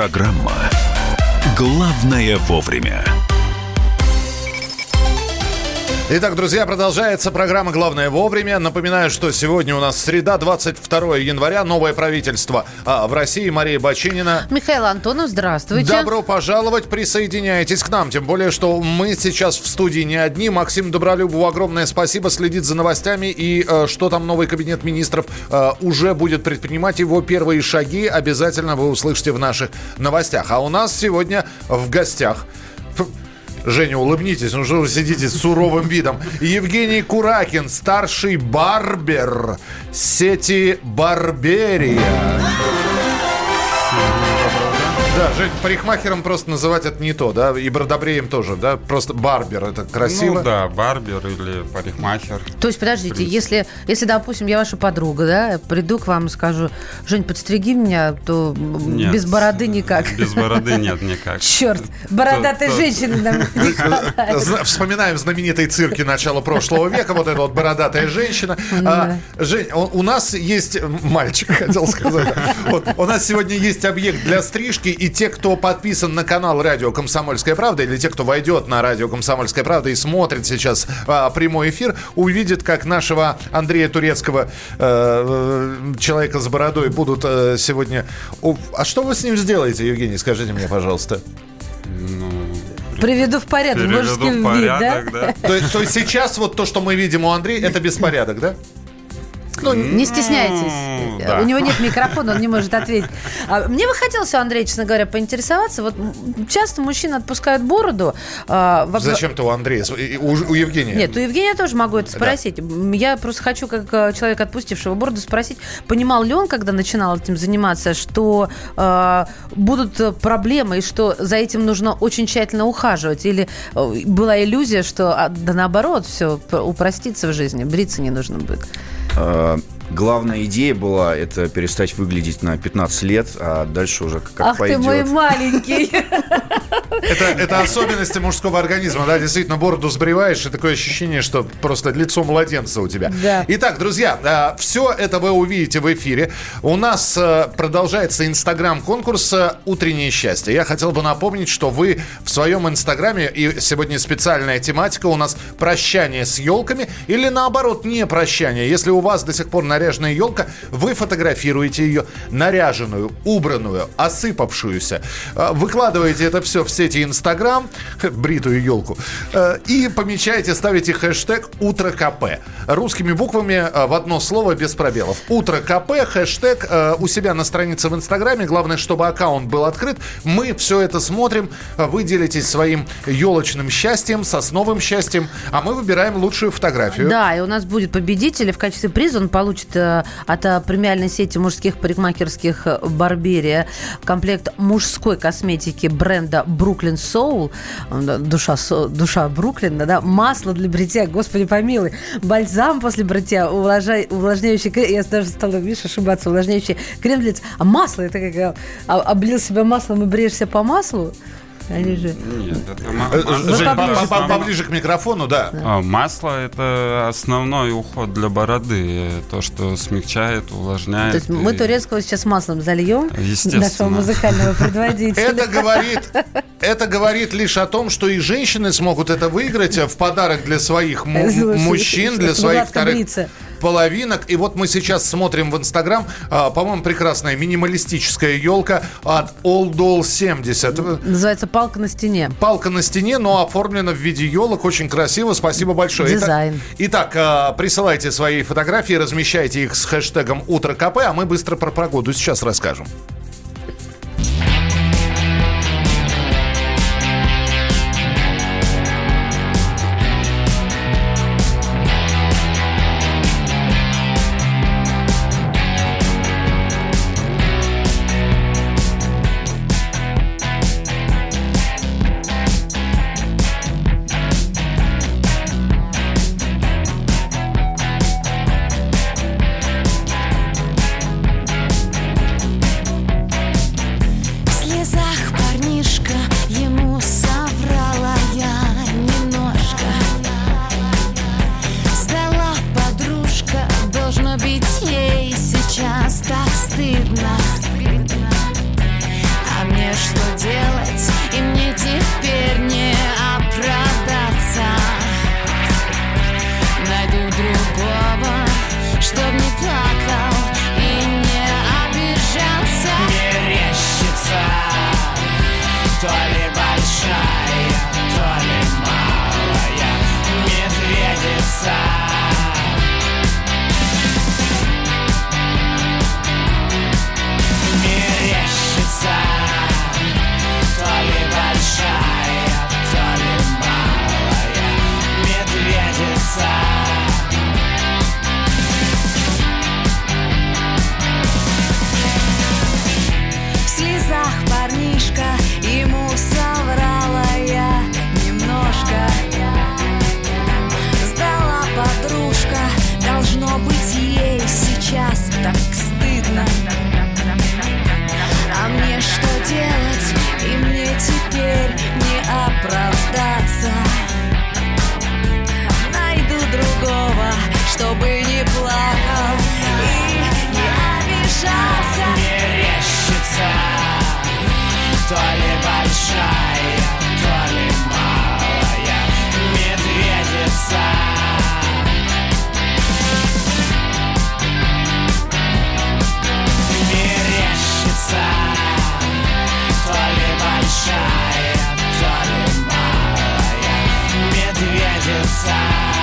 Программа «Главное вовремя». Итак, друзья, продолжается программа «Главное вовремя». Напоминаю, что сегодня у нас среда, 22 января, новое правительство в России. Мария Бачинина. Михаил Антонов, здравствуйте. Добро пожаловать, присоединяйтесь к нам. Тем более, что мы сейчас в студии не одни. Максим Добролюбову огромное спасибо, следит за новостями. И что там новый кабинет министров уже будет предпринимать, его первые шаги обязательно вы услышите в наших новостях. А у нас сегодня в гостях... Женя, улыбнитесь, ну что вы сидите с суровым видом. Евгений Куракин, старший барбер сети Барберия. Да, Жень, парикмахером просто называть это не то, да? И бродобреем тоже, да? Просто барбер, это красиво. Ну да, барбер или парикмахер. То есть, подождите, если, допустим, я ваша подруга, да, приду к вам и скажу: Жень, подстриги меня, то нет, без бороды никак. Без бороды нет никак. Черт, бородатой женщины нам не хватает. Вспоминаем знаменитые цирки начала прошлого века, вот эта вот бородатая женщина. Жень, у нас есть... Мальчик, хотел сказать. У нас сегодня есть объект для стрижки. И те, кто подписан на канал «Радио Комсомольская правда», или те, кто войдет на «Радио Комсомольская правда» и смотрит сейчас прямой эфир, увидят, как нашего Андрея Турецкого, человека с бородой, будут сегодня... А что вы с ним сделаете, Евгений, скажите мне, пожалуйста? Приведу в порядок, мужский вид, да? То есть сейчас вот то, что мы видим у Андрея, это беспорядок, да? Ну, не стесняйтесь. Да. У него нет микрофона, он не может ответить. Мне бы хотелось, Андрей, честно говоря, поинтересоваться. Вот часто мужчины отпускают бороду. Зачем-то у Андрея? У Евгения? Нет, у Евгения тоже могу это спросить. Да. Я просто хочу, как человек, отпустившего бороду, спросить, понимал ли он, когда начинал этим заниматься, что будут проблемы и что за этим нужно очень тщательно ухаживать? Или была иллюзия, что да наоборот, все упростится в жизни, бриться не нужно будет? Главная идея была это перестать выглядеть на 15 лет, а дальше уже как пойдет. Ах ты мой маленький! Это особенности мужского организма, да, действительно, бороду сбриваешь, и такое ощущение, что просто лицо младенца у тебя. Да. Итак, друзья, все это вы увидите в эфире. У нас продолжается инстаграм-конкурс «Утреннее счастье». Я хотел бы напомнить, что вы в своем инстаграме, и сегодня специальная тематика у нас прощание с елками, или наоборот, не прощание. Если у вас до сих пор наряженная елка, вы фотографируете ее наряженную, убранную, осыпавшуюся, выкладываете это все в сети Инстаграм, бритую елку, и помечаете, ставите хэштег «Утро КП». Русскими буквами в одно слово, без пробелов. «Утро КП», хэштег у себя на странице в Инстаграме. Главное, чтобы аккаунт был открыт. Мы все это смотрим. Вы делитесь своим елочным счастьем, сосновым счастьем, а мы выбираем лучшую фотографию. Да, и у нас будет победитель, и в качестве приза он получит от премиальной сети мужских парикмахерских «Барберия» комплект мужской косметики бренда Brooklyn Soul, душа Бруклина, да, масло для бритья, господи помилуй, бальзам после бритья, увлажняющий крем, я даже стала, видишь, ошибаться, увлажняющий крем для лица, а масло, это как облил себя маслом и бреешься по маслу? Они же... Нет, это Жень, поближе к микрофону, да. Масло – это основной уход для бороды. То, что смягчает, увлажняет. То есть мы Турецкого сейчас маслом зальем, нашего музыкального предводителя. Это говорит лишь о том, что и женщины смогут это выиграть в подарок для своих мужчин, для своих вторых половинок. И вот мы сейчас смотрим в Инстаграм, по-моему, прекрасная минималистическая елка от All Doll 70. Называется «Палка на стене». Палка на стене, но оформлена в виде елок. Очень красиво. Спасибо большое. Дизайн. Итак, присылайте свои фотографии, размещайте их с хэштегом «Утро КП», а мы быстро про погоду сейчас расскажем. чтоб не плакал и не обижался. Мерещится то ли большая, то ли малая медведица. Мерещится то ли большая, то ли малая медведица. В слезах парнишка, ему соврала я немножко. Сдала подружка, должно быть ей сейчас так стыдно. А мне что делать, и мне теперь не оправдаться. Найду другого, чтобы не плакал и не обижался. Мерещится то ли большая, то ли малая медведица. Мерещится то ли большая, то ли малая медведица.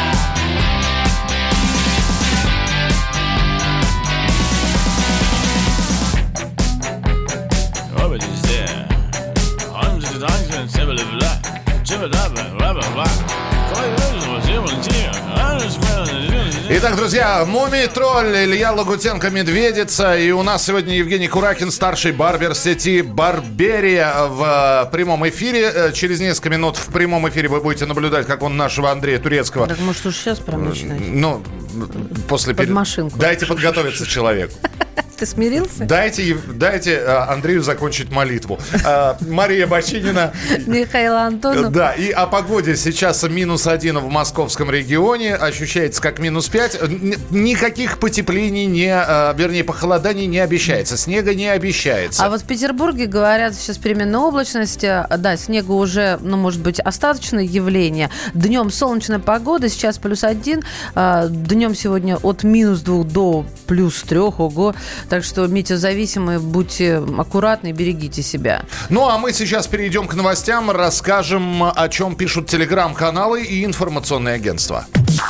Итак, друзья, Мумий-тролль, Илья Лагутенко, Медведица. И у нас сегодня Евгений Куракин, старший барбер сети «Барберия» в прямом эфире. Через несколько минут в прямом эфире вы будете наблюдать, как он нашего Андрея Турецкого... Так, может, уж сейчас прям начинать? Ну, после... Под машинку. Дайте подготовиться человеку. Ты смирился? Дайте Андрею закончить молитву. Мария Бочинина. Михаил Антонов. Да, и о погоде. Сейчас -1 в московском регионе. Ощущается как -5. Никаких потеплений, вернее, похолоданий не обещается. Снега не обещается. А вот в Петербурге, говорят, сейчас переменная облачность. Да, снега уже, может быть, остаточное явление. Днем солнечная погода, сейчас +1. Днем сегодня от -2 до +3. Ого. Так что, метеозависимые, будьте аккуратны и берегите себя. Ну, а мы сейчас перейдем к новостям, расскажем, о чем пишут телеграм-каналы и информационные агентства.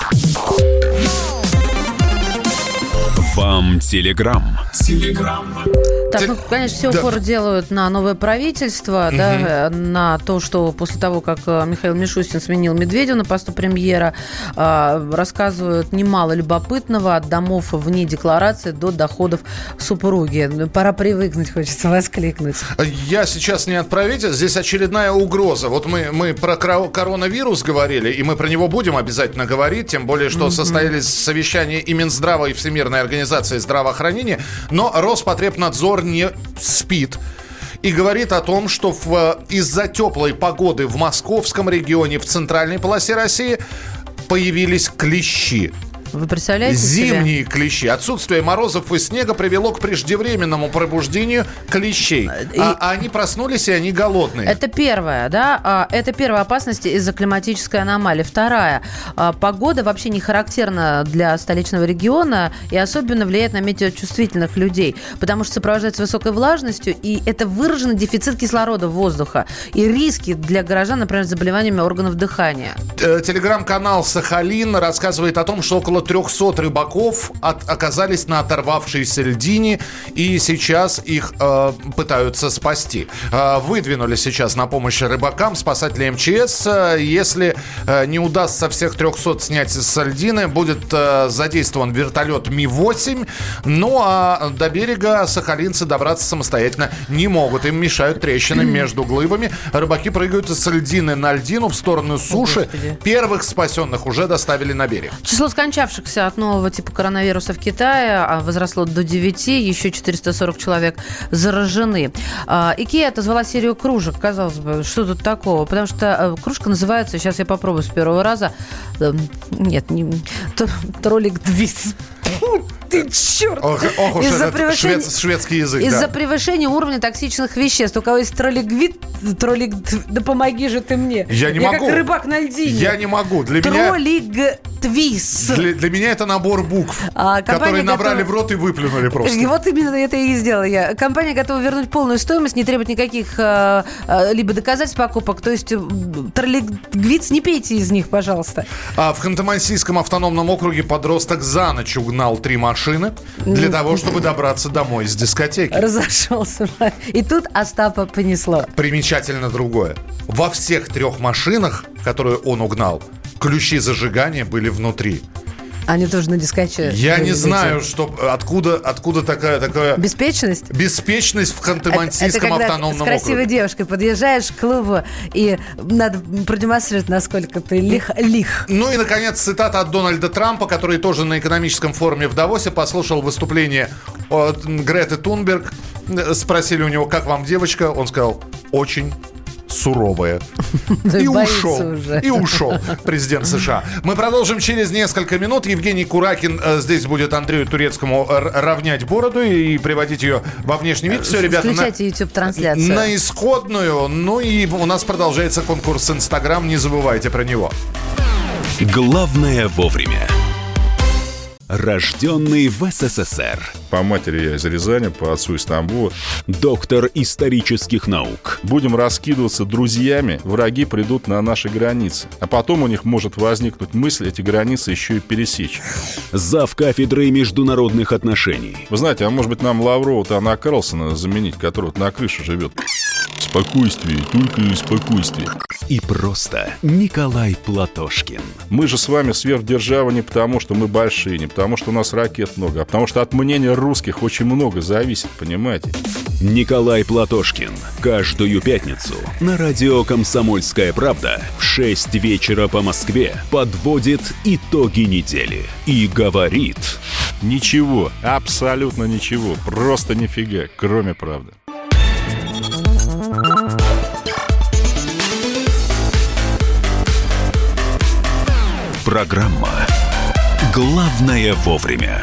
Вам телеграм. Так, конечно, все упор делают на новое правительство, да, на то, что после того, как Михаил Мишустин сменил Медведева на посту премьера, рассказывают немало любопытного, от домов вне декларации до доходов супруги. Пора привыкнуть, хочется воскликнуть. Я сейчас не от правительства, здесь очередная угроза. Вот мы про коронавирус говорили, и мы про него будем обязательно говорить, тем более, что состоялись совещания и Минздрава, и Всемирной организации здравоохранения, но Роспотребнадзор не спит и говорит о том, что из-за теплой погоды в московском регионе, в центральной полосе России появились клещи. Вы представляете Зимние клещи. Отсутствие морозов и снега привело к преждевременному пробуждению клещей. А они проснулись, и они голодные. Это первое, да? Это первая опасность из-за климатической аномалии. Вторая. Погода вообще не характерна для столичного региона и особенно влияет на метеочувствительных людей, потому что сопровождается высокой влажностью, и это выраженный дефицит кислорода воздуха и риски для горожан, например, с заболеваниями органов дыхания. Телеграм-канал «Сахалин» рассказывает о том, что около 300 рыбаков оказались на оторвавшейся льдине, и сейчас их пытаются спасти. Выдвинули сейчас на помощь рыбакам спасатели МЧС. Если не удастся всех 300 снять с льдины, будет задействован вертолет Ми-8. Ну а до берега сахалинцы добраться самостоятельно не могут. Им мешают трещины между глыбами. Рыбаки прыгают с льдины на льдину в сторону суши. Первых спасенных уже доставили на берег. Число скончавшихся от нового типа коронавируса в Китае возросло до 9, еще 440 человек заражены. Икеа отозвала серию кружек, казалось бы, что тут такого? Потому что кружка называется, сейчас я попробую с первого раза, нет, не троллик Двиз. Ты черт! Ох уж этот шведский язык. Из-за превышения уровня токсичных веществ. У кого есть троллигвид, да помоги же ты мне. Я не могу. Как рыбак на льдине. Я не могу. Для меня... Твис. Для меня это набор букв, которые набрали в рот и выплюнули просто. Вот именно это и сделала я. Компания готова вернуть полную стоимость, не требовать никаких либо доказательств покупок. То есть троллигвиц не пейте из них, пожалуйста. В Ханты-Мансийском автономном округе подросток за ночь угнал 3 машины для того, чтобы добраться домой из дискотеки. Разошелся. И тут Остапа понесло. Примечательно другое. Во всех 3 машинах, которые он угнал, ключи зажигания были внутри. Они тоже на дискоче. Я не знаю, откуда такая... Беспечность? Беспечность в Ханты-Мансийском автономном округе. С красивой девушкой подъезжаешь к клубу, и надо продемонстрировать, насколько ты лих. Ну и, наконец, цитата от Дональда Трампа, который тоже на экономическом форуме в Давосе послушал выступление от Греты Тунберг. Спросили у него, как вам девочка? Он сказал, очень суровая. И ушел президент США. Мы продолжим через несколько минут. Евгений Куракин здесь будет Андрею Турецкому равнять бороду и приводить ее во внешний вид. Все, ребята, включайте YouTube-трансляцию. На исходную. Ну и у нас продолжается конкурс Инстаграм. Не забывайте про него. Главное вовремя. Рожденный в СССР. По матери я из Рязани, по отцу из Тамбова. Доктор исторических наук. Будем раскидываться друзьями, враги придут на наши границы. А потом у них может возникнуть мысль эти границы еще и пересечь. Зав. Кафедрой международных отношений. Вы знаете, а может быть нам Лаврова-то Анна Карлсона заменить, который вот на крыше живет? Спокойствие, только спокойствие. И просто Николай Платошкин. Мы же с вами сверхдержава не потому, что мы большие, не потому, что у нас ракет много, а потому что от мнения русских очень много зависит, понимаете? Николай Платошкин. Каждую пятницу на радио «Комсомольская правда» в 6 вечера по Москве подводит итоги недели и говорит... Ничего, абсолютно ничего, просто нифига, кроме правды. Программа «Главное вовремя».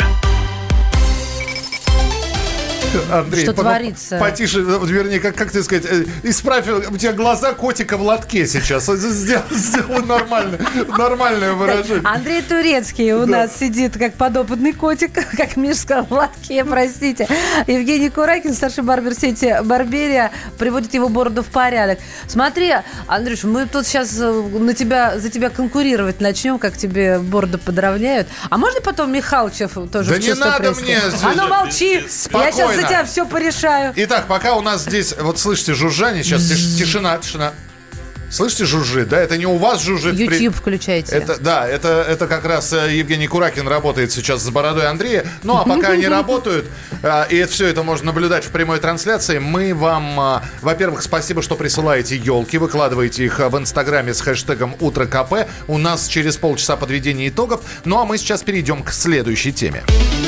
Андрей, что творится? Потише, вернее, как ты сказать, исправь, у тебя глаза котика в лотке сейчас. Сделай нормальное выражение. Андрей Турецкий у нас сидит как подопытный котик, как Мишка в лотке, простите. Евгений Куракин, старший барбер сети «Барберия», приводит его бороду в порядок. Смотри, Андрюш, мы тут сейчас за тебя конкурировать начнем, как тебе бороду подровняют. А можно потом Михалычев тоже да в чувство не надо пресс? мне. А ну молчи, Спокойно. я сейчас за тебя все порешаю. Итак, пока у нас здесь, вот слышите, жужжание, сейчас тишина. Слышите, жужжит, да? Это не у вас жужжит. YouTube включайте. Это как раз Евгений Куракин работает сейчас с бородой Андрея. Ну, а пока они работают, и все это можно наблюдать в прямой трансляции, мы вам, во-первых, спасибо, что присылаете елки, выкладываете их в Инстаграме с хэштегом «Утро КП». У нас через полчаса подведение итогов. Ну, а мы сейчас перейдем к следующей теме.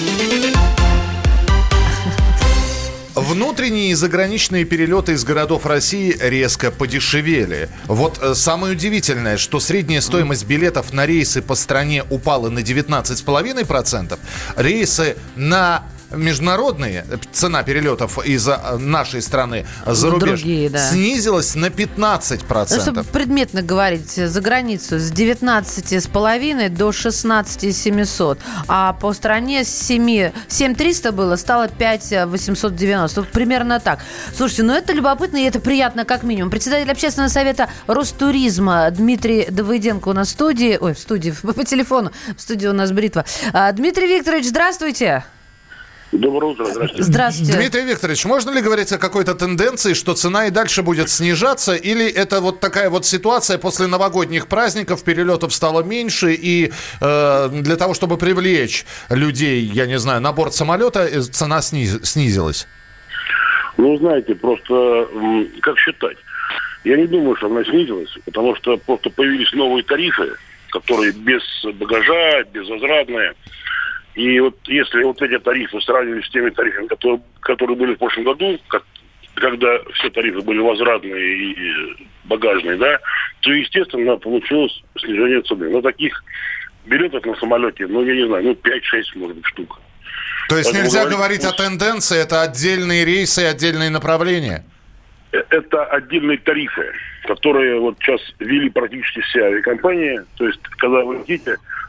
Внутренние и заграничные перелеты из городов России резко подешевели. Вот самое удивительное, что средняя стоимость билетов на рейсы по стране упала на 19,5%. Рейсы на международные, цена перелетов из нашей страны за рубеж, другие, да, снизилась на 15%. Ну, чтобы предметно говорить, за границу с 19,5 до 16,700. А по стране с 7,300 было, стало 5,890. Вот примерно так. Слушайте, ну это любопытно и это приятно как минимум. Председатель общественного совета Ростуризма Дмитрий Давыденко у нас в студии. Ой, в студии, по телефону. В студии у нас бритва. Дмитрий Викторович, здравствуйте. Доброе утро, здравствуйте. Здравствуйте. Дмитрий Викторович, можно ли говорить о какой-то тенденции, что цена и дальше будет снижаться, или это вот такая вот ситуация после новогодних праздников, перелетов стало меньше, и для того, чтобы привлечь людей, я не знаю, на борт самолета, цена снизилась? Ну, знаете, просто как считать? Я не думаю, что она снизилась, потому что просто появились новые тарифы, которые без багажа, безвозвратные. И вот если вот эти тарифы сравнивать с теми тарифами, которые были в прошлом году, когда все тарифы были возвратные и багажные, да, то, естественно, получилось снижение цены. Но таких билетов на самолете, ну, я не знаю, 5-6, может быть, штук. То есть поэтому нельзя говорить о тенденции, это отдельные рейсы, отдельные направления? Это отдельные тарифы, которые вот сейчас ввели практически все авиакомпании. То есть, когда вы летите,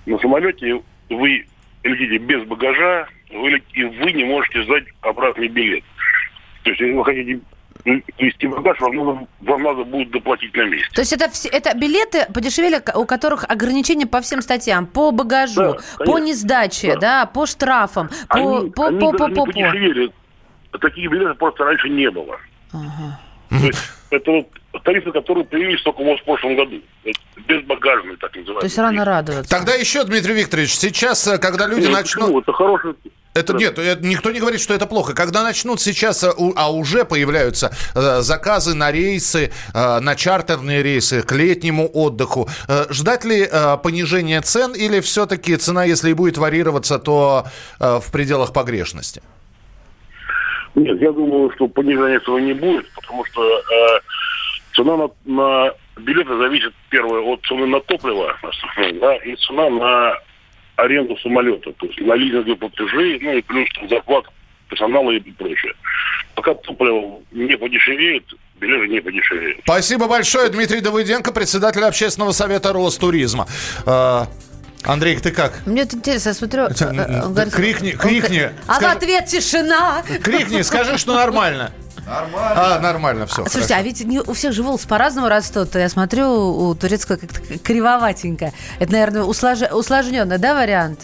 на самолете вы летите без багажа, и вы не можете сдать обратный билет. То есть, если вы хотите вести багаж, вам надо будет доплатить на месте. То есть это билеты подешевели, у которых ограничения по всем статьям, по багажу, да, по несдаче, да, по штрафам, они даже не подешевели. Таких билетов просто раньше не было. Ага. То есть это вот тарифы, которые появились только в прошлом году. Безбагажные, так называемые. То есть рано радоваться. Тогда еще, Дмитрий Викторович, сейчас, когда люди начнут... Это хороший... Нет, никто не говорит, что это плохо. Когда начнут сейчас, а уже появляются заказы на рейсы, на чартерные рейсы к летнему отдыху, ждать ли понижения цен или все-таки цена, если и будет варьироваться, то в пределах погрешности? Нет, я думаю, что понижения этого не будет, потому что цена на билеты зависит, первое, от цены на топливо, да, и цена на аренду самолета, то есть на лизинговые платежи, ну и плюс зарплата персонала и прочее. Пока топливо не подешевеет, билеты не подешевеют. Спасибо большое, Дмитрий Давыденко, председатель Общественного совета Ростуризма. Андрей, ты как? Мне это интересно, я смотрю... Крикни. А в ответ тишина. Крикни, скажи, что нормально. Нормально. Нормально, все. Слушайте, а ведь у всех же волосы по-разному растут. Я смотрю, у турецкого как-то кривоватенько. Это, наверное, усложненный, да, вариант?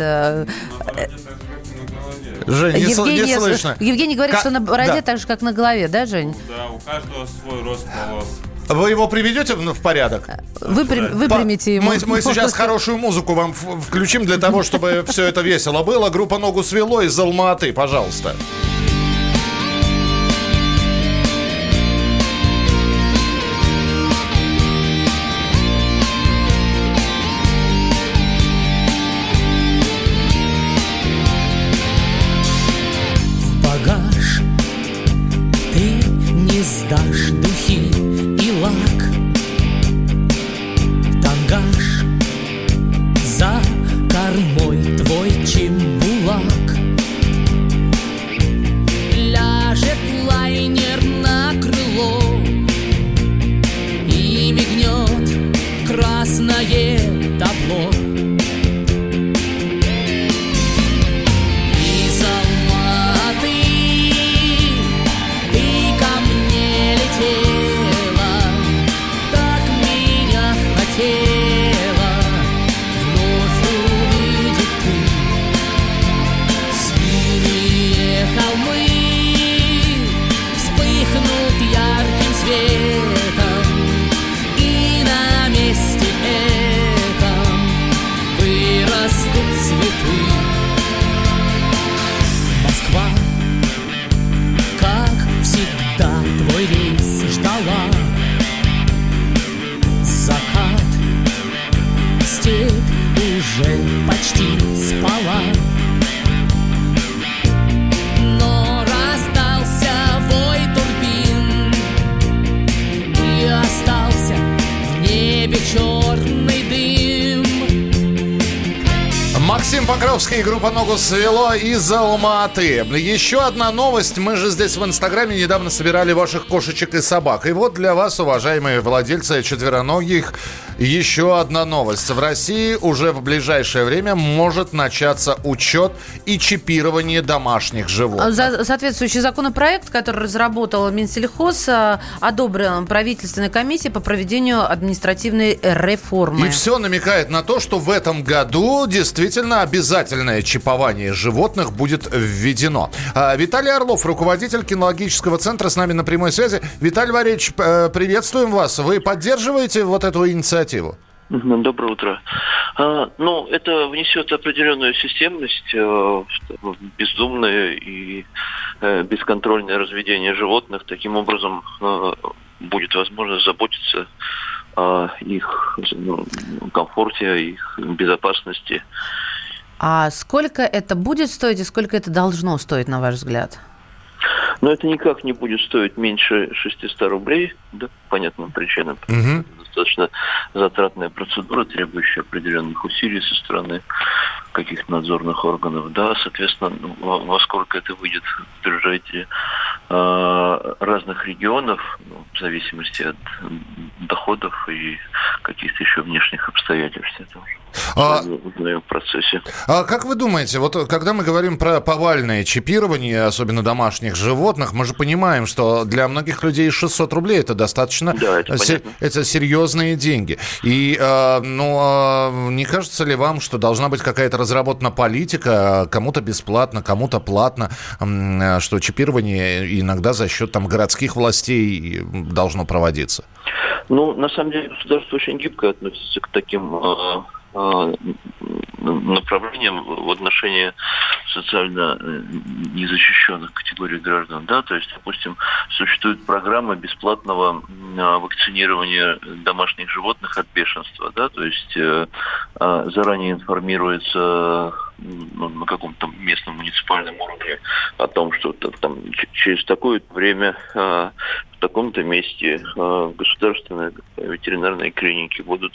Жень, не слышно. Евгений говорит, что на бороде так же, как на голове, да, Жень? Да, у каждого свой рост волос. Вы его приведете в порядок? Выпрямите ему. Мы сейчас хорошую музыку вам включим для того, чтобы все это весело было. Группа «Ногу свело» из Алма-Аты, пожалуйста. Сдашь духи и лак, тангаж, за кормой твой чембулак. Ляжет лайнер на крыло и мигнет красное табло. Почти спала, но раздался вой турбин и остался в небе черный дым. Максим Покровский, группа «Ногу свело» из Алма-Аты. Еще одна новость. Мы же здесь в Инстаграме недавно собирали ваших кошечек и собак. И вот для вас, уважаемые владельцы четвероногих, еще одна новость. В России уже в ближайшее время может начаться учет и чипирование домашних животных. Соответствующий законопроект, который разработал Минсельхоз, одобрен правительственной комиссией по проведению административной реформы. И все намекает на то, что в этом году действительно обязательное чипование животных будет введено. Виталий Орлов, руководитель кинологического центра, с нами на прямой связи. Виталий Валерьевич, приветствуем вас. Вы поддерживаете вот эту инициативу? Доброе утро. Это внесет определенную системность в бездумное и бесконтрольное разведение животных. Таким образом, будет возможность заботиться о их комфорте, о их безопасности. А сколько это будет стоить и сколько это должно стоить, на ваш взгляд? Но это никак не будет стоить меньше 600 рублей, да, по понятным причинам. Это достаточно затратная процедура, требующая определенных усилий со стороны каких-то надзорных органов. Да, соответственно, во сколько это выйдет в бюджете разных регионов, в зависимости от доходов и каких-то еще внешних обстоятельств. узнаем в процессе. Как вы думаете, вот когда мы говорим про повальное чипирование, особенно домашних животных, мы же понимаем, что для многих людей 600 рублей это достаточно, это серьезные деньги. И не кажется ли вам, что должна быть какая-то разработана политика, кому-то бесплатно, кому-то платно, что чипирование иногда за счет городских властей должно проводиться? На самом деле государство очень гибко относится к таким направлениям в отношении социально незащищенных категорий граждан. Да? То есть, допустим, существует программа бесплатного вакцинирования домашних животных от бешенства. Да? То есть заранее информируется на каком-то местном муниципальном уровне о том, что там через такое время в таком-то месте государственные ветеринарные клиники будут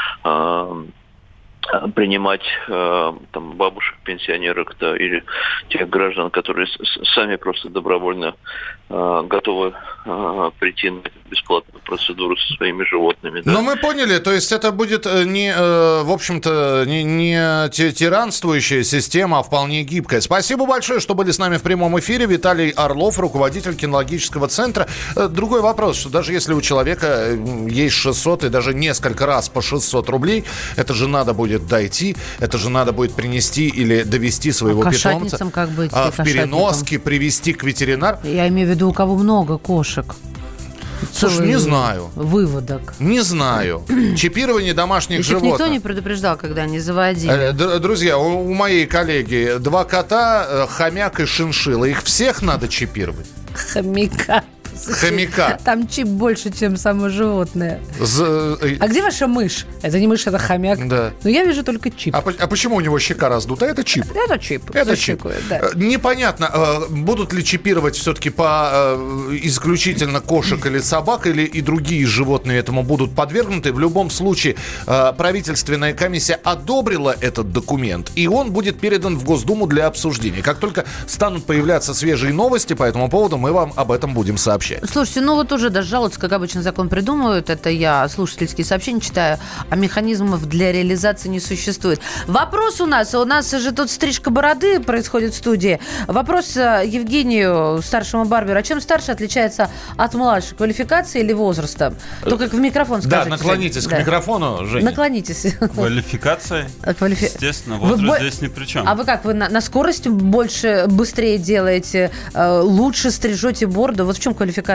принимать бабушек, пенсионерок, или тех граждан, которые сами просто добровольно готовы прийти на бесплатную процедуру со своими животными. Да? Но мы поняли, то есть это будет в общем-то, не тиранствующая система, а вполне гибкая. Спасибо большое, что были с нами в прямом эфире. Виталий Орлов, руководитель кинологического центра. Другой вопрос, что даже если у человека есть 600 и даже несколько раз по 600 рублей, это же надо будет дойти, это же надо будет принести или довести своего питомца. Как быть, в переноске, привести к ветеринару. Я имею в виду, у кого много кошек. Слушай, не знаю. Выводок. Не знаю. Чипирование домашних животных. Никто не предупреждал, когда они заводили. Друзья, у моей коллеги 2 кота, хомяк и шиншилла. Их всех надо чипировать. Хомяка. Там чип больше, чем само животное. А где ваша мышь? Это не мышь, это хомяк. Да. Но я вижу только чип. А почему у него щека раздута? Это чип. Это чип. Это чип. Да. Непонятно, будут ли чипировать все-таки исключительно кошек или собак, или и другие животные этому будут подвергнуты. В любом случае, правительственная комиссия одобрила этот документ, и он будет передан в Госдуму для обсуждения. Как только станут появляться свежие новости по этому поводу, мы вам об этом будем сообщать. Слушайте, уже даже жалуются, как обычно закон придумывают. Это я слушательские сообщения читаю, а механизмов для реализации не существует. Вопрос у нас же тут стрижка бороды происходит в студии. Вопрос Евгению, старшему барберу. А чем старше отличается от младшей? Квалификации или возраста? Только в микрофон скажите. Да, наклонитесь к микрофону, Женя. Наклонитесь. Квалификация? Естественно, возраст здесь ни при чем. А вы как? Вы на скорость быстрее делаете, лучше стрижете бороду? Вот в чем квалификация?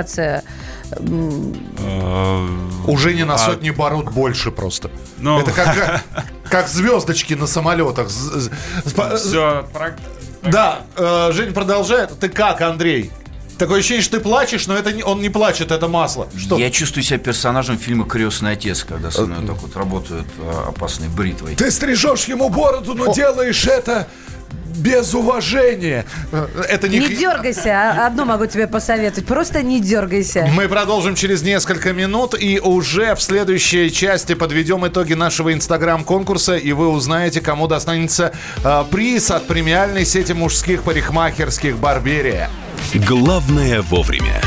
Уже не на сотни бород больше просто. Это как звездочки на самолетах. Все. Да, Жень продолжает. Ты как, Андрей? Такое ощущение, что ты плачешь, но он не плачет, это масло. Что? Я чувствую себя персонажем фильма «Крестный отец», когда со мной так работают опасной бритвой. Ты стрижешь ему бороду, но делаешь это без уважения. Это не дергайся, одно могу тебе посоветовать. Просто не дергайся. Мы продолжим через несколько минут, и уже в следующей части подведем итоги нашего инстаграм-конкурса, и вы узнаете, кому достанется приз от премиальной сети мужских парикмахерских «Барберия». Главное вовремя.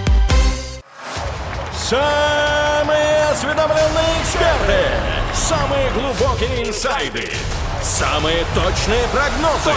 Самые осведомленные эксперты, самые глубокие инсайды, самые точные прогнозы.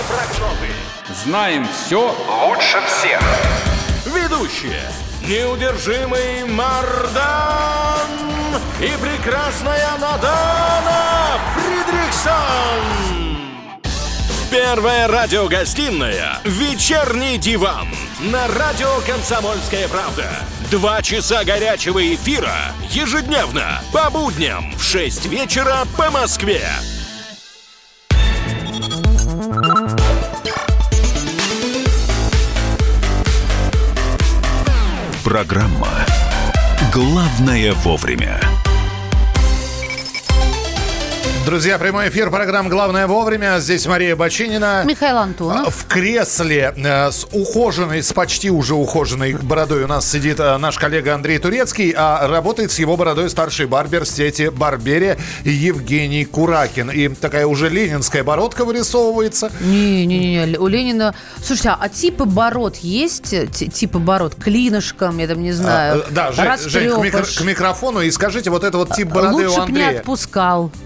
Знаем все лучше всех. Ведущие: неудержимый Мардан и прекрасная Надана Фридрихсон. Первая радиогостинная «Вечерний диван» на радио «Комсомольская правда». 2 часа горячего эфира ежедневно по будням в 6 вечера по Москве. Программа «Главное вовремя». Друзья, прямой эфир программы «Главное вовремя». Здесь Мария Бачинина. Михаил Антонов. В кресле с почти уже ухоженной бородой у нас сидит наш коллега Андрей Турецкий, а работает с его бородой старший барбер сети «Барберия» Евгений Куракин. И такая уже ленинская бородка вырисовывается. Не-не-не, у Ленина... Слушайте, а типы бород есть? Типы бород? Клинышком, я там не знаю. Да, Жень, к микрофону и скажите, вот это вот тип бороды лучше у Андрея. Лучше б не отпускал. Как это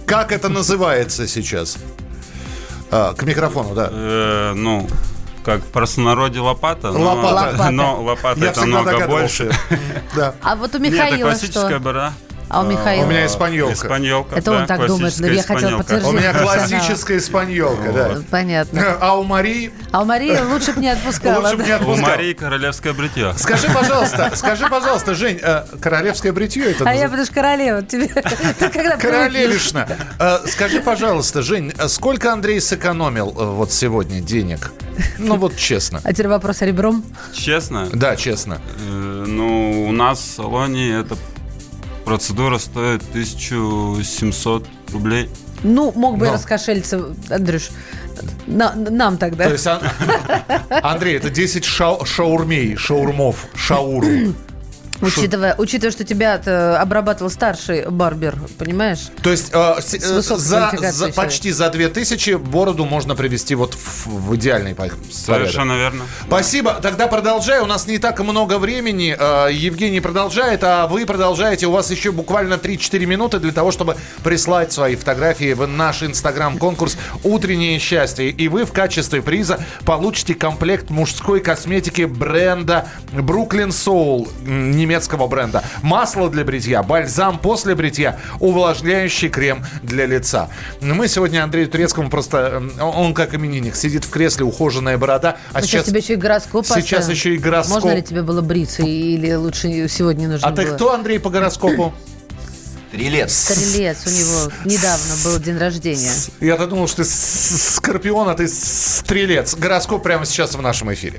это называется сейчас? К микрофону, да. Ну, как в простонародье лопата. Лопата. Но лопата это много больше. Да. А вот у Нет, Михаила это классическая что? борода. А у Михаила? У меня испаньолка. Испаньолка, Это да, он так думает, но я хотела подтвердить. У меня классическая испаньолка, да. Понятно. А у Марии? А у Марии лучше бы не отпускала. Лучше бы не У отпускал. Марии королевское бритье. Скажи, пожалуйста, Жень, королевское бритье это А я называется? потому что королева. Ты когда Королевишна. Скажи, пожалуйста, Жень, сколько Андрей сэкономил вот сегодня денег? Ну вот честно. А теперь вопрос ребром. Честно? Да, честно. Ну, у нас в салоне эта процедура стоит 1700 рублей. Ну, мог бы и Но. раскошелиться, Андрюш. Нам тогда. То есть, Андрей, это 10 шаурмов, шаурм. Учитывая, что тебя обрабатывал старший барбер, понимаешь? То есть высокой квалификацией почти за 2000 бороду можно привести вот в идеальный порядок. Совершенно верно. Спасибо. Тогда продолжай. У нас не так много времени. Евгений продолжает, а вы продолжаете. У вас еще буквально 3-4 минуты для того, чтобы прислать свои фотографии в наш инстаграм-конкурс «Утреннее счастье». И вы в качестве приза получите комплект мужской косметики бренда Brooklyn Soul, немецкого бренда. Масло для бритья, бальзам после бритья, увлажняющий крем для лица. Мы сегодня Андрею Турецкому просто... Он как именинник. Сидит в кресле, ухоженная борода. А сейчас тебе еще и гороскоп Сейчас поставим. еще и гороскоп. Можно ли тебе было бриться или лучше сегодня нужно было? А ты кто, Андрей, по гороскопу? Стрелец. Стрелец. У него недавно был день рождения. Я-то думал, что ты скорпион, а ты стрелец. Гороскоп прямо сейчас в нашем эфире.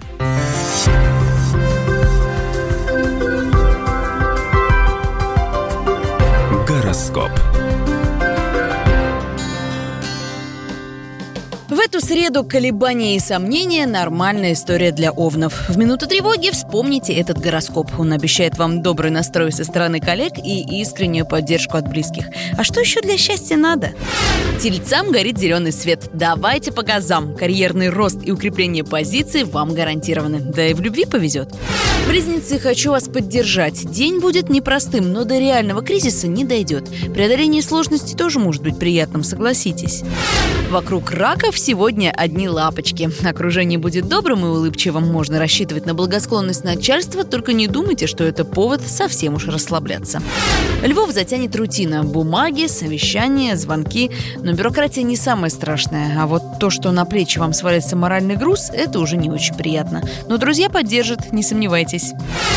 Гороскоп. В эту среду колебания и сомнения – нормальная история для овнов. В минуту тревоги вспомните этот гороскоп. Он обещает вам добрый настрой со стороны коллег и искреннюю поддержку от близких. А что еще для счастья надо? Тельцам горит зеленый свет. Давайте по газам. Карьерный рост и укрепление позиций вам гарантированы. Да и в любви повезет. Близнецы, хочу вас поддержать. День будет непростым, но до реального кризиса не дойдет. Преодоление сложностей тоже может быть приятным, согласитесь. Вокруг раков сегодня одни лапочки. Окружение будет добрым и улыбчивым. Можно рассчитывать на благосклонность начальства, только не думайте, что это повод совсем уж расслабляться. Львов затянет рутина. Бумаги, совещания, звонки. Но бюрократия не самое страшное. А вот то, что на плечи вам свалится моральный груз, это уже не очень приятно. Но друзья поддержат, не сомневайтесь.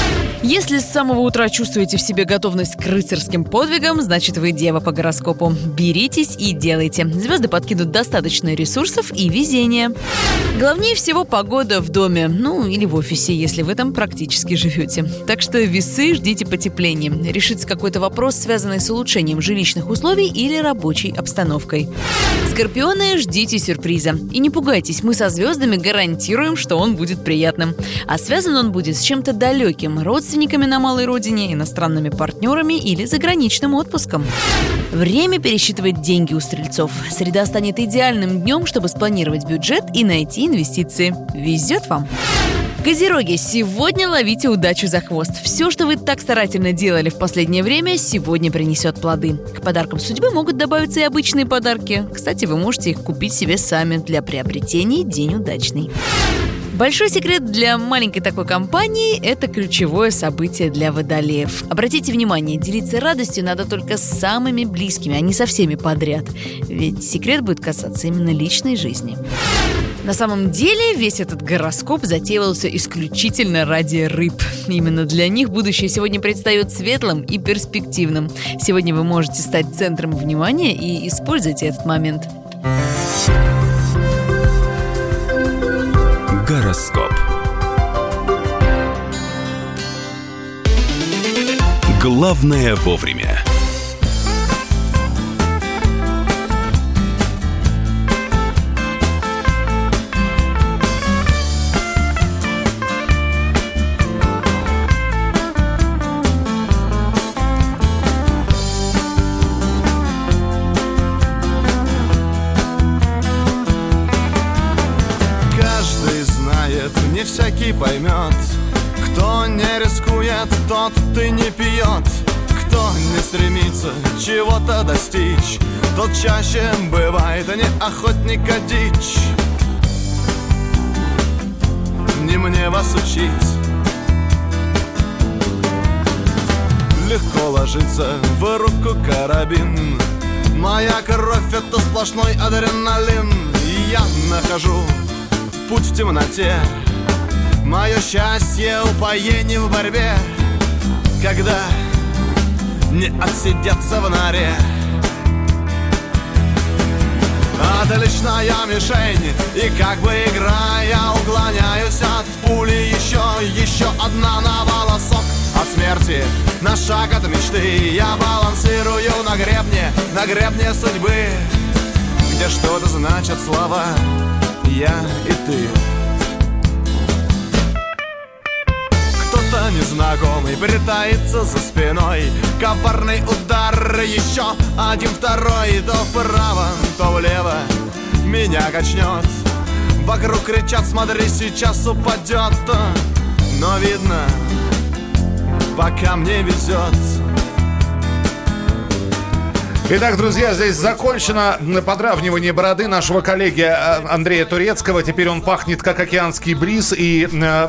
Если с самого утра чувствуете в себе готовность к рыцарским подвигам, значит вы дева по гороскопу. Беритесь и делайте. Звезды подкинут достаточно ресурсов и везения. Главнее всего погода в доме, ну или в офисе, если вы там практически живете. Так что весы, ждите потепления. Решится какой-то вопрос, связанный с улучшением жилищных условий или рабочей обстановкой. Скорпионы, ждите сюрприза. И не пугайтесь, мы со звездами гарантируем, что он будет приятным. А связан он будет с чем-то далеким, родственниками на малой родине, иностранными партнерами или заграничным отпуском. Время пересчитывать деньги у стрельцов. Среда станет идеальным днем, чтобы спланировать бюджет и найти инвестиции. Везет вам! Козероги, сегодня ловите удачу за хвост. Все, что вы так старательно делали в последнее время, сегодня принесет плоды. К подаркам судьбы могут добавиться и обычные подарки. Кстати, вы можете их купить себе сами. Для приобретений день удачный. Большой секрет для маленькой такой компании – это ключевое событие для водолеев. Обратите внимание, делиться радостью надо только с самыми близкими, а не со всеми подряд. Ведь секрет будет касаться именно личной жизни. На самом деле, весь этот гороскоп затеивался исключительно ради рыб. Именно для них будущее сегодня предстает светлым и перспективным. Сегодня вы можете стать центром внимания и используйте этот момент. Гороскоп. Главное вовремя. Не всякий поймет, кто не рискует, тот ты не пьет, Кто не стремится чего-то достичь, тот чаще бывает не охотника дичь. Не мне вас учить. Легко ложится в руку карабин. Моя кровь — это сплошной адреналин. И я нахожу путь в темноте. Мое счастье — упоение в борьбе, когда не отсидеться в норе. Отличная мишень, и как бы играя, уклоняюсь от пули. Еще одна на волосок от смерти, на шаг от мечты. Я балансирую на гребне судьбы, где что-то значат слова «я» и «ты». Кто-то незнакомый притаится за спиной. Коварный удар, еще один, второй. То вправо, то влево меня качнет. Вокруг кричат: смотри, сейчас упадет. Но видно, пока мне везет. Итак, друзья, здесь закончено подравнивание бороды нашего коллеги Андрея Турецкого. Теперь он пахнет как океанский бриз. И,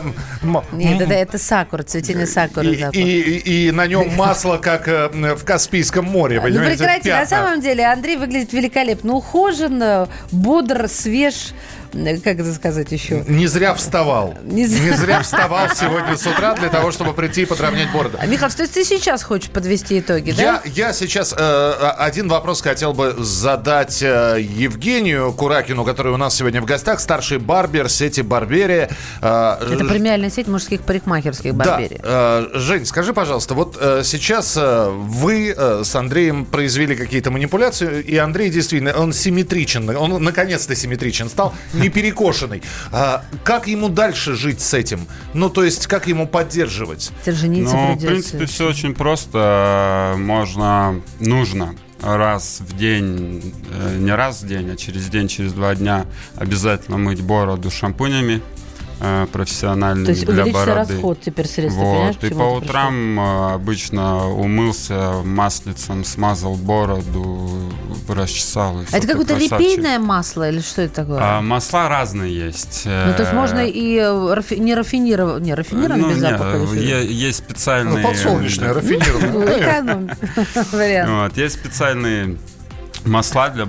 нет, это сакура, цветение сакуры. И на нем масло, как в Каспийском море. Ну прекрати, на самом деле Андрей выглядит великолепно. Ухожен, бодр, свеж. Как это сказать еще? Не зря вставал. Не зря вставал сегодня с утра для того, чтобы прийти и подровнять бороду. Михаил, что ты сейчас хочешь подвести итоги, да? Я сейчас один вопрос хотел бы задать Евгению Куракину, который у нас сегодня в гостях, старший барбер сети «Барберия». Это премиальная сеть мужских парикмахерских «Барберия». Да. Жень, скажи, пожалуйста, вот сейчас вы с Андреем произвели какие-то манипуляции, и Андрей действительно, он симметричен, он наконец-то симметричен стал, не перекошенный. Как ему дальше жить с этим? Ну, то есть, как ему поддерживать? Жениться придется. В принципе, все очень просто. Нужно раз в день, не раз в день, а через день, через 2 дня обязательно мыть бороду шампунями профессиональными для бороды. То есть увеличится расход теперь средств, вот. И по утрам обычно умылся маслицем, смазал бороду, расчесал. Это какое-то репейное масло или что это такое? Масла разные есть. Ну, то есть можно и не рафинированное без запаха? Есть специальные... Подсолнечное, рафинированное. Вариант. Есть специальные масла для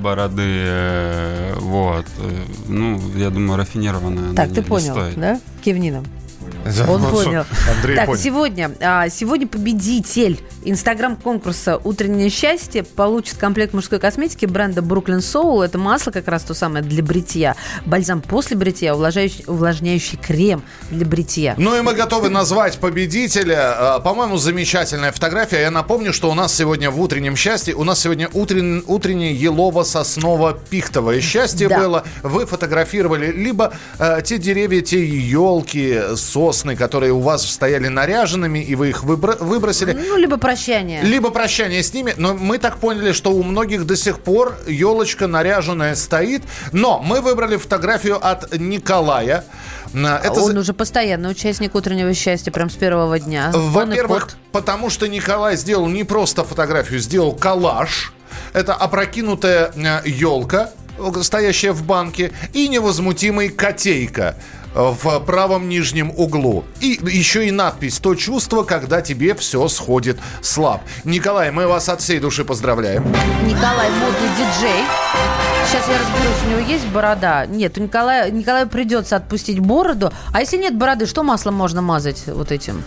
бороды, вот. Ну, я думаю, рафинированная. Так, ты понял, стоит. Да? Кивни нам. Он понял. Андрей так, понял. Сегодня победитель Инстаграм-конкурса «Утреннее счастье» получит комплект мужской косметики бренда Brooklyn Soul. Это масло как раз то самое для бритья. Бальзам после бритья, увлажняющий крем для бритья. Ну и мы готовы назвать победителя. По-моему, замечательная фотография. Я напомню, что у нас сегодня в «Утреннем счастье», у нас сегодня утреннее елово-сосново-пихтовое счастье было. Вы фотографировали либо те деревья, те елки, сосны, которые у вас стояли наряженными, и вы их выбросили. Ну, либо прощание. Либо прощание с ними. Но мы так поняли, что у многих до сих пор елочка наряженная стоит. Но мы выбрали фотографию от Николая. Он уже постоянный участник «Утреннего счастья», прям с первого дня. Во-первых, потому что Николай сделал не просто фотографию, сделал коллаж. Это опрокинутая елка, стоящая в банке, и невозмутимый котейка в правом нижнем углу. И еще и надпись: «То чувство, когда тебе все сходит с лап». Николай, мы вас от всей души поздравляем. Николай модный диджей. Сейчас я разберусь, у него есть борода? Нет, у Николаю придется отпустить бороду. А если нет бороды, что маслом можно мазать вот этим?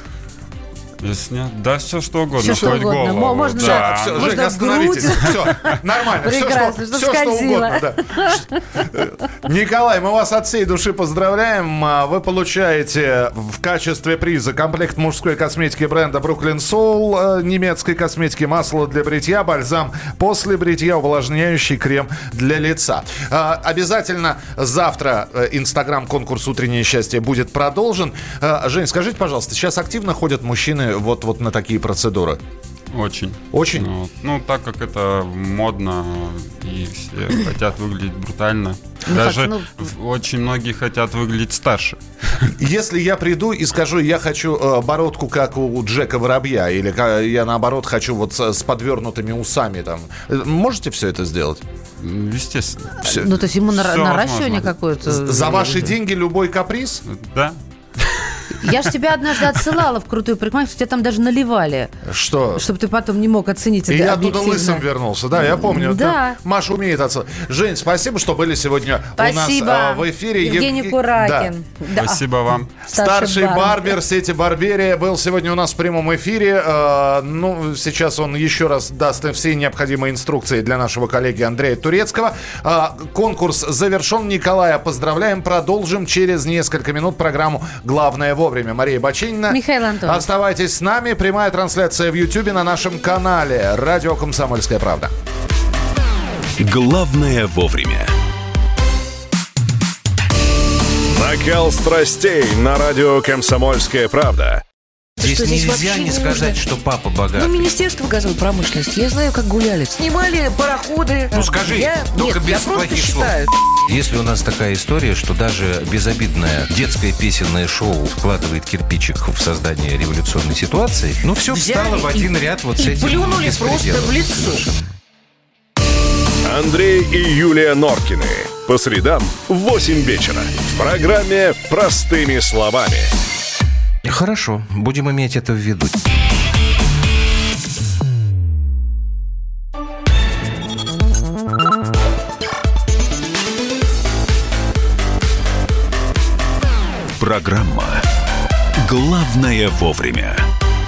Если нет, да, все что угодно. Все что угодно. Голову. Можно, да. Все, Жень, остановитесь. Все, нормально. Прекрасно, все, что угодно. Да. Николай, мы вас от всей души поздравляем. Вы получаете в качестве приза комплект мужской косметики бренда Brooklyn Soul, немецкой косметики, масло для бритья, бальзам после бритья, увлажняющий крем для лица. Обязательно завтра Инстаграм-конкурс «Утреннее счастье» будет продолжен. Жень, скажите, пожалуйста, сейчас активно ходят мужчины вот на такие процедуры? Очень. Очень? Ну, так как это модно, и все хотят выглядеть брутально. Ну, Даже как, очень многие хотят выглядеть старше. Если я приду и скажу, я хочу бородку, как у Джека Воробья, или я, наоборот, хочу вот с подвернутыми усами, там, можете все это сделать? Естественно. Ну, то есть ему наращивание какое-то? За ваши деньги любой каприз? Да. Я ж тебя однажды отсылала в крутую парикмахерскую, тебя там даже наливали. Что? Чтобы ты потом не мог оценить И это я объективно. оттуда лысым вернулся, да, я помню. Да. Маша умеет отсылать. Жень, спасибо, что были сегодня Спасибо. у нас в эфире. Евгений Куракин. Да. Да. Спасибо вам. Старший барбер сети Барберия был сегодня у нас в прямом эфире. Ну, сейчас он еще раз даст все необходимые инструкции для нашего коллеги Андрея Турецкого. Конкурс завершен. Николая поздравляем. Продолжим через несколько минут программу «Главное вовремя». Мария Баченина. Михаил Антонов. Оставайтесь с нами. Прямая трансляция в Ютьюбе на нашем канале «Радио Комсомольская правда». Главное вовремя. Накал страстей на радио «Комсомольская правда». Здесь нельзя не сказать, что папа богатый. Ну, Министерство газовой промышленности, я знаю, как гуляли. Снимали пароходы. Ну, скажи, только без плохих слов. Если у нас такая история, что даже безобидное детское песенное шоу вкладывает кирпичик в создание революционной ситуации, ну, все встало в один ряд вот с этим. Плюнули просто в лицо. Андрей и Юлия Норкины. По средам в 8 вечера. В программе «Простыми словами». Хорошо, будем иметь это в виду. Программа «Главное вовремя».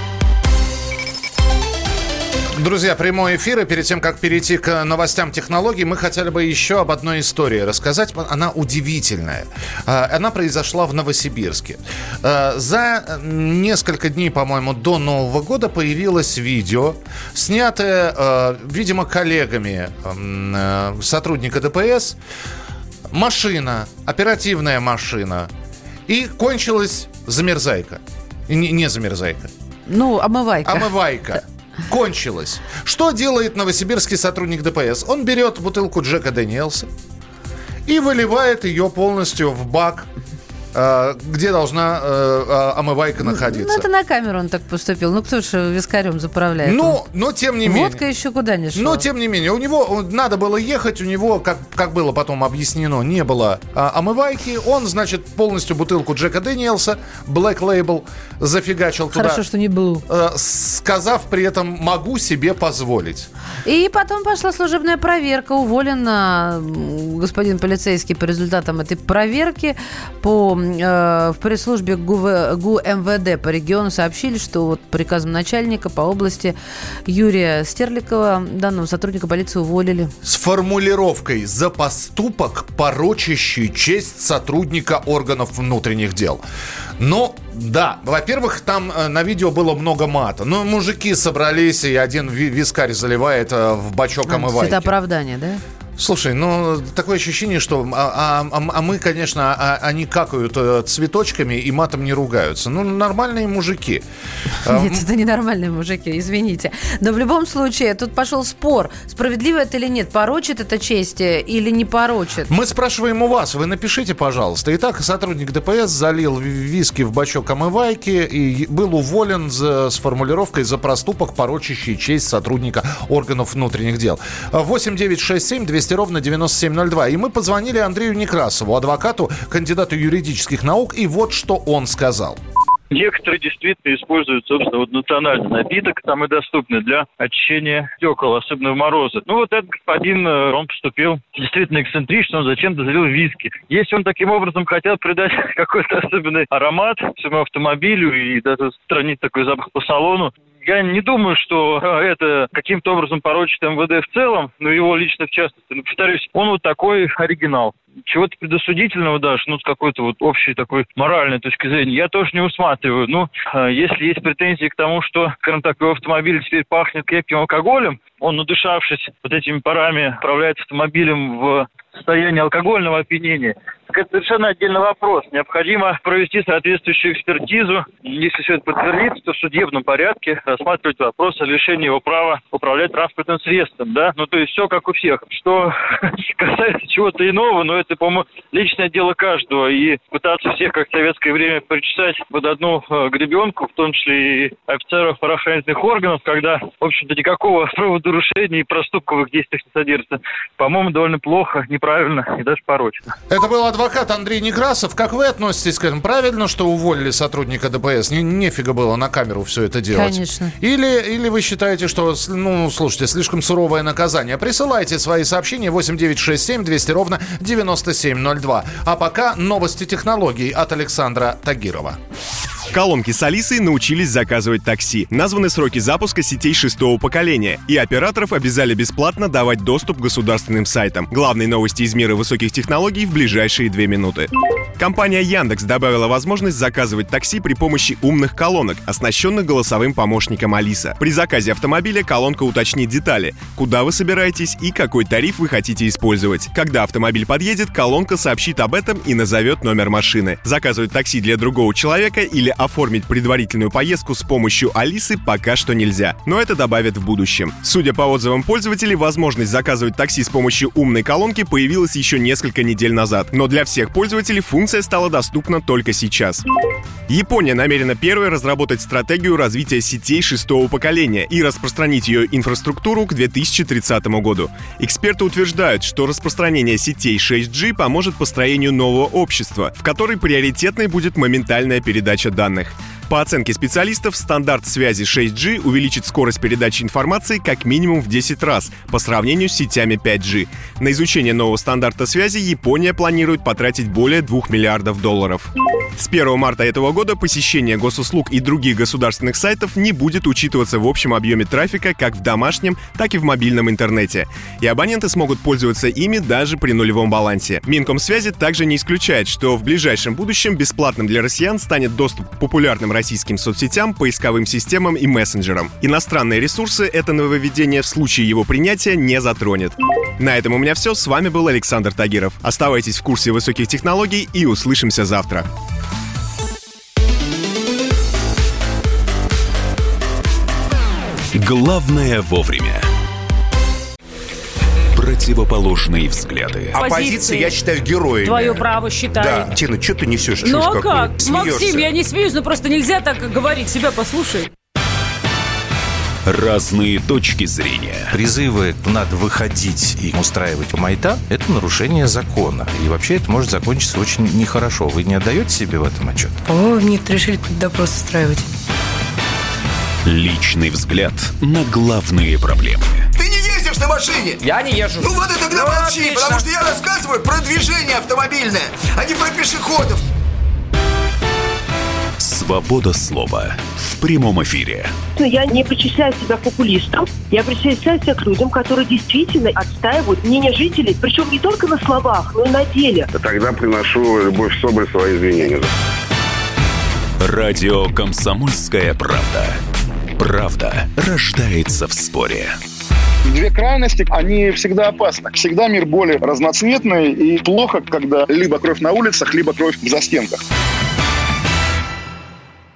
Друзья, прямой эфир, и перед тем, как перейти к новостям технологий, мы хотели бы еще об одной истории рассказать. Она удивительная. Она произошла в Новосибирске. За несколько дней, по-моему, до Нового года появилось видео, снятое, видимо, коллегами сотрудника ДПС. Машина, оперативная машина. И кончилась замерзайка. Не замерзайка. Ну, омывайка. Омывайка. Кончилось. Что делает новосибирский сотрудник ДПС? Он берет бутылку Джека Дэниелса и выливает ее полностью в бак, где должна омывайка находиться. Ну, это на камеру он так поступил. Ну, кто же вискарем заправляет? Но тем не менее. Водка еще куда не шла. Но, тем не менее, у него надо было ехать, у него, как было потом объяснено, не было омывайки. Он, значит, полностью бутылку Джека Дэниелса, Black Label, зафигачил туда. Хорошо, что не был. Сказав при этом «могу себе позволить». И потом пошла служебная проверка. Уволен господин полицейский по результатам этой проверки. В пресс-службе ГУ МВД по региону сообщили, что вот приказом начальника по области Юрия Стерликова данного сотрудника полиции уволили. С формулировкой «за поступок, порочащий честь сотрудника органов внутренних дел». Ну, да, во-первых, там на видео было много мата. Ну, мужики собрались, и один вискарь заливает в бачок омывайки. Это оправдание, да? Слушай, ну, такое ощущение, что мы, конечно, они какают цветочками и матом не ругаются. Ну, нормальные мужики. Нет, это не нормальные мужики, извините. Но в любом случае, тут пошел спор, справедливо это или нет, порочит это честь или не порочит. Мы спрашиваем у вас, вы напишите, пожалуйста. Итак, сотрудник ДПС залил виски в бачок омывайки и был уволен с формулировкой «за проступок, порочащий честь сотрудника органов внутренних дел». 8967 200 ровно 9702. И мы позвонили Андрею Некрасову, адвокату, кандидату юридических наук, и вот что он сказал. Некоторые действительно используют, собственно, вот национальный напиток, самый доступный для очищения стекол, особенно в морозы. Ну вот этот господин, он поступил действительно эксцентрично, он зачем-то залил виски. Если он таким образом хотел придать какой-то особенный аромат своему автомобилю и даже устранить такой запах по салону, я не думаю, что это каким-то образом порочит МВД в целом, но его лично в частности. Но, повторюсь, он вот такой оригинал. чего-то предосудительного даже, с какой-то вот общей такой моральной точки зрения, я тоже не усматриваю. Если есть претензии к тому, что, скажем так, его автомобиль теперь пахнет крепким алкоголем, он, надышавшись вот этими парами, управляет автомобилем в состоянии алкогольного опьянения, так это совершенно отдельный вопрос. Необходимо провести соответствующую экспертизу. Если все это подтвердится, то в судебном порядке рассматривать вопрос о лишении его права управлять транспортным средством. Да? То есть все как у всех. Что касается чего-то иного, это, по-моему, личное дело каждого. И пытаться всех, как в советское время, причесать под одну гребенку, в том числе и офицеров правоохранительных органов, когда, в общем-то, никакого правонарушения и проступков в их действиях не содержится, по-моему, довольно плохо, неправильно и даже порочно. Это был адвокат Андрей Некрасов. Как вы относитесь к этому? Правильно, что уволили сотрудника ДПС? Нефига было на камеру все это делать. Конечно. Или вы считаете, что, слушайте, слишком суровое наказание? Присылайте свои сообщения 8967 200 ровно 9702. А пока новости технологий от Александра Тагирова. Колонки с Алисой научились заказывать такси. Названы сроки запуска сетей 6-го поколения. И операторов обязали бесплатно давать доступ к государственным сайтам. Главные новости из мира высоких технологий в ближайшие 2 минуты. Компания Яндекс добавила возможность заказывать такси при помощи умных колонок, оснащенных голосовым помощником Алиса. При заказе автомобиля колонка уточнит детали, куда вы собираетесь и какой тариф вы хотите использовать. Когда автомобиль подъедет, колонка сообщит об этом и назовет номер машины. Заказывать такси для другого человека или оформить предварительную поездку с помощью Алисы пока что нельзя, но это добавят в будущем. Судя по отзывам пользователей, возможность заказывать такси с помощью умной колонки появилась еще несколько недель назад, но для всех пользователей функция стала доступна только сейчас. Япония намерена первой разработать стратегию развития сетей 6-го поколения и распространить ее инфраструктуру к 2030 году. Эксперты утверждают, что распространение сетей 6G поможет построению нового общества, в которой приоритетной будет моментальная передача данных. По оценке специалистов, стандарт связи 6G увеличит скорость передачи информации как минимум в 10 раз по сравнению с сетями 5G. На изучение нового стандарта связи Япония планирует потратить более $2 миллиардов. С 1 марта этого года посещение госуслуг и других государственных сайтов не будет учитываться в общем объеме трафика как в домашнем, так и в мобильном интернете. И абоненты смогут пользоваться ими даже при нулевом балансе. Минкомсвязи также не исключает, что в ближайшем будущем бесплатным для россиян станет доступ к популярным российским соцсетям, поисковым системам и мессенджерам. Иностранные ресурсы это нововведение в случае его принятия не затронет. На этом у меня все. С вами был Александр Тагиров. Оставайтесь в курсе высоких технологий и услышимся завтра. Главное вовремя. Противоположные взгляды. Оппозиция, я считаю, героями. Твое право считаю. Да, Тина, что ты несешь? Ну а как? Максим, я не смеюсь, но просто нельзя так говорить. Себя послушай. Разные точки зрения. Призывы «надо выходить и устраивать майдан» — это нарушение закона. И вообще это может закончиться очень нехорошо. Вы не отдаете себе в этом отчет? По-моему, нет, решили какой-то допрос устраивать. Личный взгляд на главные проблемы. Ты не ездишь на машине? Я не езжу. Ну вот и тогда молчи, отлично. Потому что я рассказываю про движение автомобильное, а не про пешеходов. Свобода слова в прямом эфире. Я не причисляю себя к популистам. Я причисляю себя к людям, которые действительно отстаивают мнение жителей. Причем не только на словах, но и на деле. Тогда приношу Любовь Соболь свои извинения. Радио «Комсомольская правда». Правда рождается в споре. Две крайности, они всегда опасны. Всегда мир более разноцветный и плохо, когда либо кровь на улицах, либо кровь в застенках.